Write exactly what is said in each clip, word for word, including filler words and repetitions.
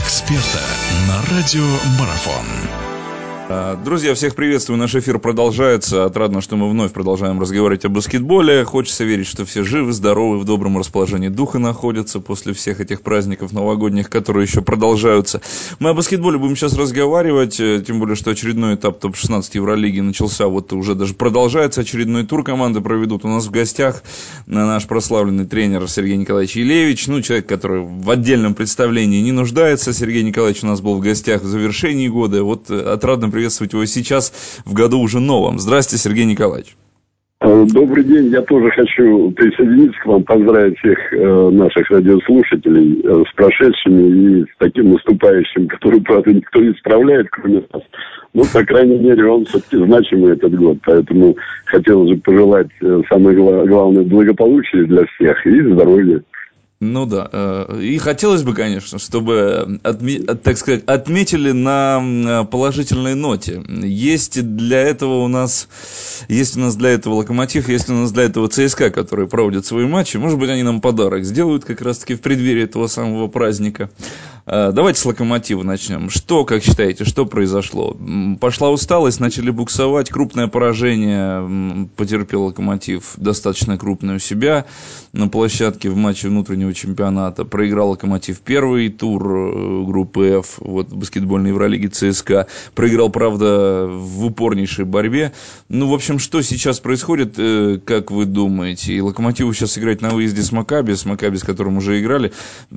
эксперта на радио Марафон. Друзья, всех приветствую. Наш эфир продолжается. Отрадно, что мы вновь продолжаем разговаривать о баскетболе. Хочется верить, что все живы, здоровы, в добром расположении духа находятся после всех этих праздников новогодних, которые еще продолжаются. Мы о баскетболе будем сейчас разговаривать, тем более, что очередной этап топ шестнадцать Евролиги начался, вот уже даже продолжается очередной тур. Команды проведут у нас в гостях наш прославленный тренер Сергей Николаевич Елевич, ну, человек, который в отдельном представлении не нуждается. Сергей Николаевич у нас был в гостях в завершении года. Вот отрадно приветствовать его сейчас в году уже новом. Здравствуйте, Сергей Николаевич. Добрый день. Я тоже хочу присоединиться к вам, поздравить всех э, наших радиослушателей э, с прошедшими и с таким наступающим, который, правда, никто не справляет, кроме нас. Ну, по крайней мере, он все-таки значимый этот год. Поэтому хотелось бы пожелать э, самое главное благополучие для всех и здоровья. Ну да, и хотелось бы, конечно, чтобы, отме- так сказать, отметили на положительной ноте. Есть для этого у нас, есть у нас для этого Локомотив, есть у нас для этого ЦСКА, которые проводят свои матчи. Может быть, они нам подарок сделают как раз-таки в преддверии этого самого праздника. Давайте с Локомотива начнем. Что, как считаете, что произошло? Пошла усталость, начали буксовать, крупное поражение потерпел Локомотив, достаточно крупное у себя на площадке в матче внутреннего чемпионата. Проиграл Локомотив первый тур группы F, вот баскетбольной Евролиги ЦСКА. Проиграл, правда, в упорнейшей борьбе. Ну, в общем, что сейчас происходит, как вы думаете? И Локомотиву сейчас играть на выезде с Макаби, с Макаби, с которым уже играли.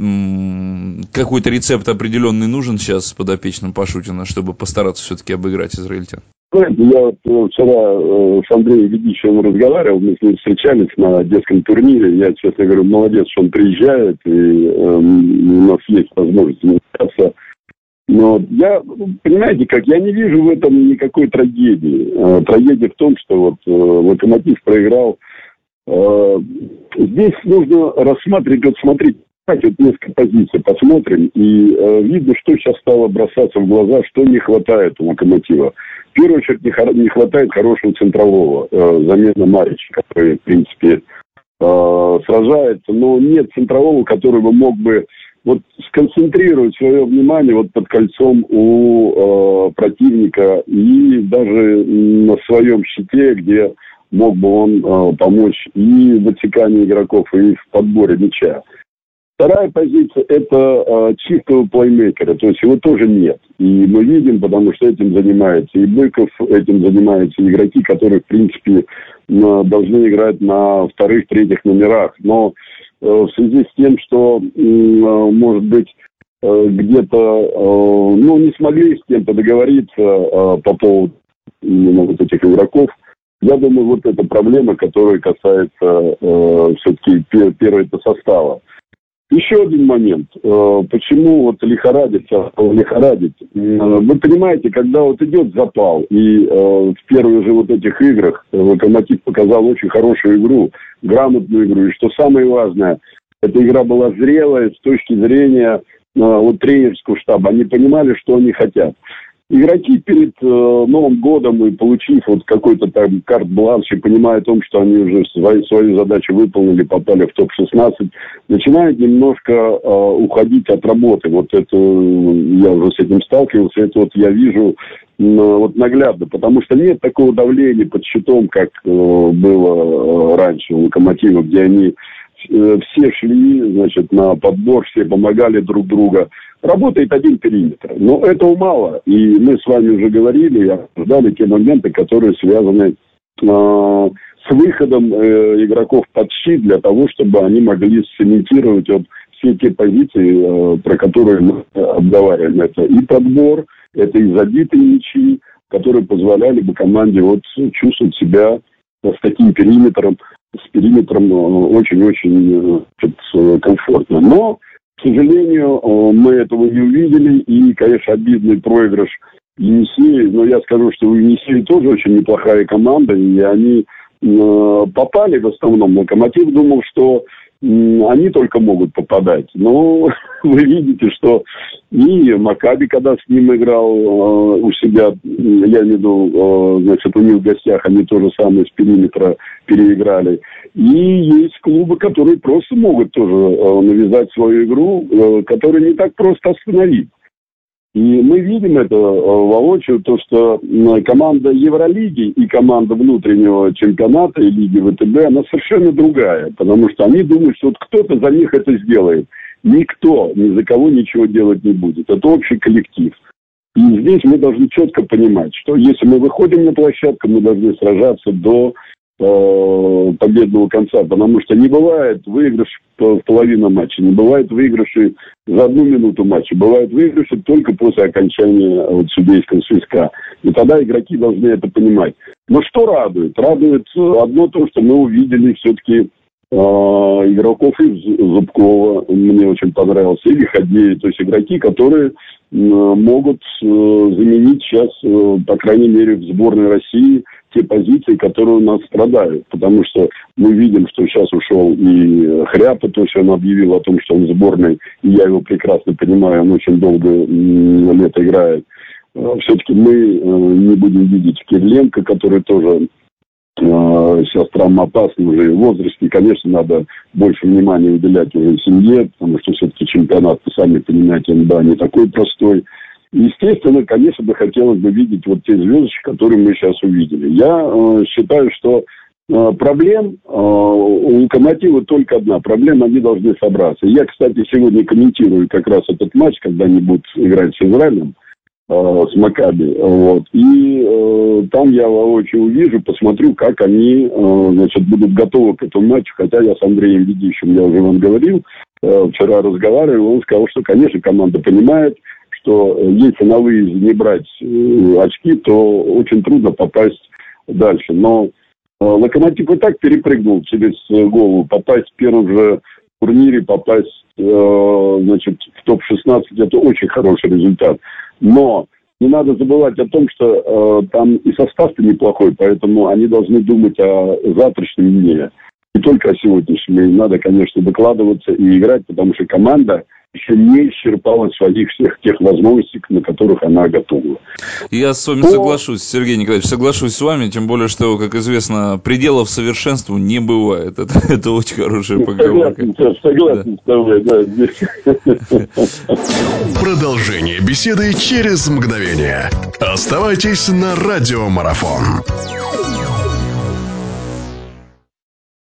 Какой-то рецепт определенный нужен сейчас подопечным Пашутина, чтобы постараться все-таки обыграть израильтян? Я вот вчера с Андреем Ведичевым разговаривал, мы с ним встречались на детском турнире. Я, честно говорю, молодец, что он приезжает, и э, у нас есть возможность общаться. Но я, понимаете, как, я не вижу в этом никакой трагедии. Э, трагедия в том, что вот э, Локомотив проиграл. Э, здесь нужно рассматривать, вот смотрите, вот несколько позиций посмотрим, и э, видно, что сейчас стало бросаться в глаза, что не хватает у Локомотива. В первую очередь не, хор- не хватает хорошего центрового, э, замена Марича, который, в принципе, э, сражается, но нет центрового, который бы мог бы вот сконцентрировать свое внимание вот под кольцом у э, противника и даже на своем щите, где мог бы он э, помочь и в отсекании игроков, и в подборе мяча. Вторая позиция – это э, чистого плеймейкера, то есть его тоже нет. И мы видим, потому что этим занимается и Быков, этим занимаются игроки, которые, в принципе, э, должны играть на вторых, третьих номерах. Но э, в связи с тем, что, э, может быть, э, где-то, э, ну, не смогли с кем-то договориться э, по поводу именно вот этих игроков, я думаю, вот эта проблема, которая касается э, все-таки пер- первого состава. Еще один момент. Почему вот лихорадится, лихорадить? Вы понимаете, когда вот идет запал, и в первых же вот этих играх Локомотив показал очень хорошую игру, грамотную игру, и что самое важное, эта игра была зрелая с точки зрения вот тренерского штаба. Они понимали, что они хотят. Игроки перед э, Новым годом и получив вот какой-то там карт-бланш и понимая о том, что они уже свою, свою задачу выполнили, попали в топ шестнадцать, начинают немножко э, уходить от работы. Вот это, я уже с этим сталкивался, это вот я вижу э, вот наглядно, потому что нет такого давления под щитом, как э, было э, раньше у Локомотива, где они э, все шли, значит, на подбор, все помогали друг другу. Работает один периметр, но этого мало. И мы с вами уже говорили и обсуждали те моменты, которые связаны э, с выходом э, игроков под щит для того, чтобы они могли сцементировать вот все те позиции, э, про которые мы обговариваем. Это и подбор, это и забитые мячи, которые позволяли бы команде вот чувствовать себя с таким периметром, с периметром очень-очень э, комфортно. Но к сожалению, мы этого не увидели, и, конечно, обидный проигрыш Енисея, но я скажу, что у Енисея тоже очень неплохая команда, и они э, попали в основном. Локомотив думал, что э, они только могут попадать, но вы видите, что и Макаби, когда с ним играл э, у себя, я имею в виду, э, значит, у них в гостях, они то же самое с периметра переиграли. И есть клубы, которые просто могут тоже э, навязать свою игру, э, которые не так просто остановить. И мы видим это воочию, то, что команда Евролиги и команда внутреннего чемпионата и Лиги ВТБ, она совершенно другая. Потому что они думают, что вот кто-то за них это сделает. Никто ни за кого ничего делать не будет. Это общий коллектив. И здесь мы должны четко понимать, что если мы выходим на площадку, мы должны сражаться до э, победного конца. Потому что не бывает выигрыш в половину матча, не бывает выигрышей за одну минуту матча. Бывают выигрыши только после окончания вот, судейского свистка. И тогда игроки должны это понимать. Но что радует? Радует одно то, что мы увидели все-таки игроков из Зубкова, мне очень понравился, или Хадея, то есть игроки, которые могут заменить сейчас, по крайней мере, в сборной России те позиции, которые у нас страдают. Потому что мы видим, что сейчас ушел и Хряпа, то есть он объявил о том, что он в сборной, и я его прекрасно понимаю, он очень долго лето играет. Все-таки мы не будем видеть Кириленко, который тоже сейчас травмоопасный уже в возрасте. И, конечно, надо больше внимания уделять уже семье, потому что все-таки чемпионат, вы сами понимаете, эн бэ а не такой простой. Естественно, конечно, бы хотелось бы видеть вот те звездочки, которые мы сейчас увидели. Я э, считаю, что э, проблем э, у «Локомотива» только одна. Проблема, они должны собраться. Я, кстати, сегодня комментирую как раз этот матч, когда они будут играть с Израилем, с Макаби, вот, и э, там я воочию увижу, посмотрю, как они, э, значит, будут готовы к этому матчу, хотя я с Андреем Ведищем, я уже вам говорил, э, вчера разговаривал, он сказал, что, конечно, команда понимает, что если на выезде не брать э, очки, то очень трудно попасть дальше, но э, «Локомотив» и так перепрыгнул через голову, попасть в первом же турнире, попасть, э, значит, в топ шестнадцать, это очень хороший результат. Но не надо забывать о том, что э, там и состав-то неплохой, поэтому они должны думать о завтрашнем дне. Не только о сегодняшнем. И надо, конечно, выкладываться и играть, потому что команда еще не исчерпала своих всех тех возможностей, на которых она готова. Я с вами Но... соглашусь, Сергей Николаевич, соглашусь с вами, тем более, что, как известно, пределов совершенству не бывает. Это, это очень хорошая поговорка. Согласен, согласен с тобой, да. Продолжение беседы через мгновение. Оставайтесь на Радиомарафон.